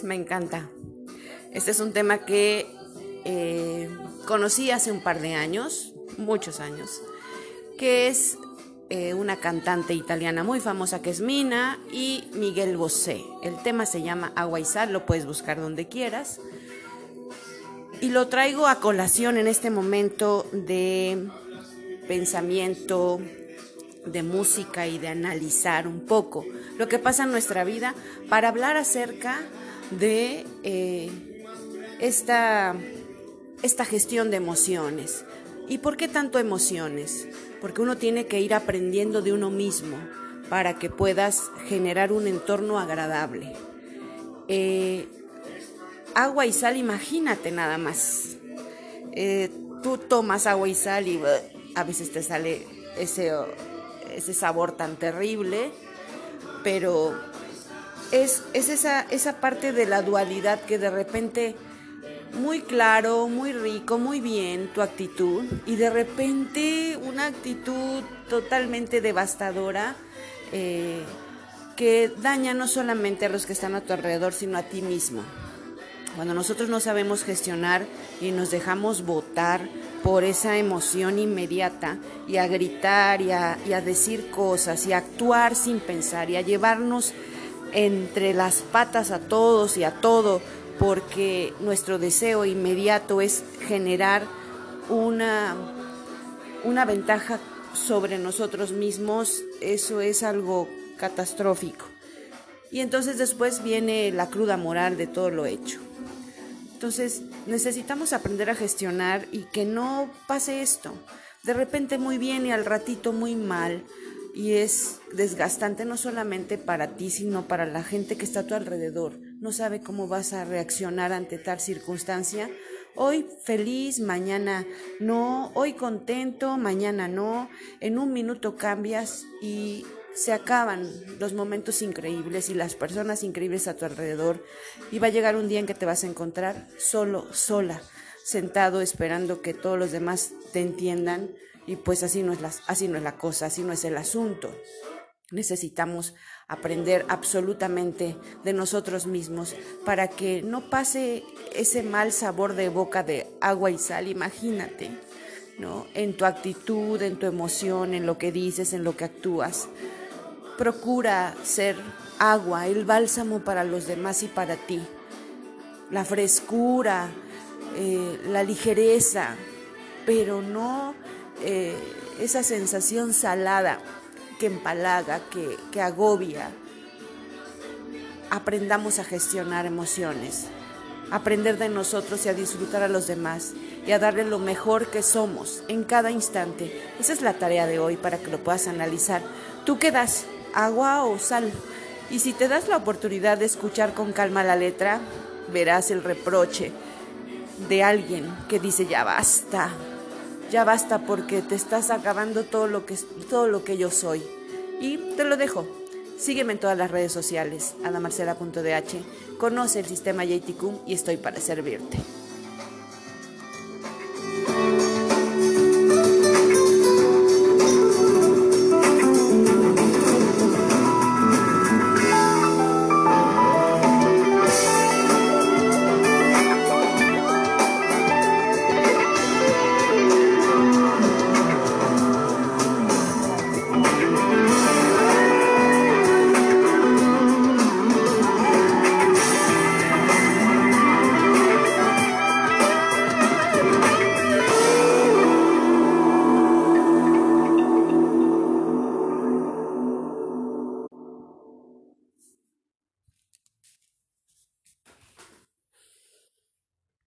me encanta. Este es un tema que conocí hace un par de años, muchos años, que es una cantante italiana muy famosa que es Mina y Miguel Bosé. El tema se llama Agua y Sal, lo puedes buscar donde quieras. Y lo traigo a colación en este momento de pensamiento, de música y de analizar un poco lo que pasa en nuestra vida para hablar acerca de esta gestión de emociones. ¿Y por qué tanto emociones? Porque uno tiene que ir aprendiendo de uno mismo para que puedas generar un entorno agradable. Agua y sal, imagínate nada más. Tú tomas agua y sal y a veces te sale ese sabor tan terrible, pero es esa parte de la dualidad que de repente muy claro, muy rico, muy bien tu actitud y de repente una actitud totalmente devastadora que daña no solamente a los que están a tu alrededor, sino a ti mismo. Cuando nosotros no sabemos gestionar y nos dejamos botar por esa emoción inmediata y a gritar y a decir cosas y a actuar sin pensar y a llevarnos entre las patas a todos y a todo, porque nuestro deseo inmediato es generar una ventaja sobre nosotros mismos, eso es algo catastrófico. Y entonces después viene la cruda moral de todo lo hecho. Entonces necesitamos aprender a gestionar y que no pase esto. De repente muy bien y al ratito muy mal. Y es desgastante no solamente para ti, sino para la gente que está a tu alrededor. No sabe cómo vas a reaccionar ante tal circunstancia. Hoy feliz, mañana no. Hoy contento, mañana no. En un minuto cambias y se acaban los momentos increíbles y las personas increíbles a tu alrededor. Y va a llegar un día en que te vas a encontrar solo, sola, sentado esperando que todos los demás te entiendan. Y pues así no es la cosa, así no es el asunto. Necesitamos aprender absolutamente de nosotros mismos para que no pase ese mal sabor de boca de agua y sal, imagínate, ¿no? En tu actitud, en tu emoción, en lo que dices, en lo que actúas. Procura ser agua, el bálsamo para los demás y para ti. La frescura, la ligereza, pero no esa sensación salada que empalaga, que agobia. Aprendamos a gestionar emociones, aprender de nosotros y a disfrutar a los demás y a darle lo mejor que somos en cada instante. Esa es la tarea de hoy para que lo puedas analizar. ¿Tú qué das? ¿Agua o sal? Y si te das la oportunidad de escuchar con calma la letra, verás el reproche de alguien que dice ya basta porque te estás acabando todo lo que yo soy. Y te lo dejo. Sígueme en todas las redes sociales, adamarcela.dh, conoce el sistema JTCUM y estoy para servirte.